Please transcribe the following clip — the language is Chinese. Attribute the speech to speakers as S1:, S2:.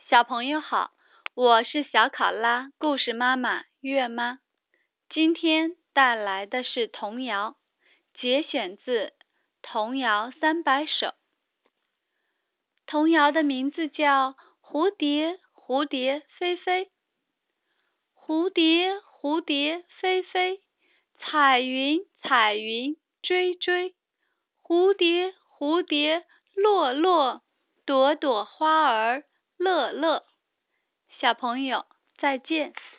S1: 小朋友好，我是小考拉故事妈妈月妈。今天带来的是童谣，节选自童谣300首。童谣的名字叫蝴蝶，蝴蝶飞飞。蝴蝶，蝴蝶飞飞，彩云，彩云追追。蝴蝶，蝴蝶落落，朵朵花儿乐乐。小朋友，再见。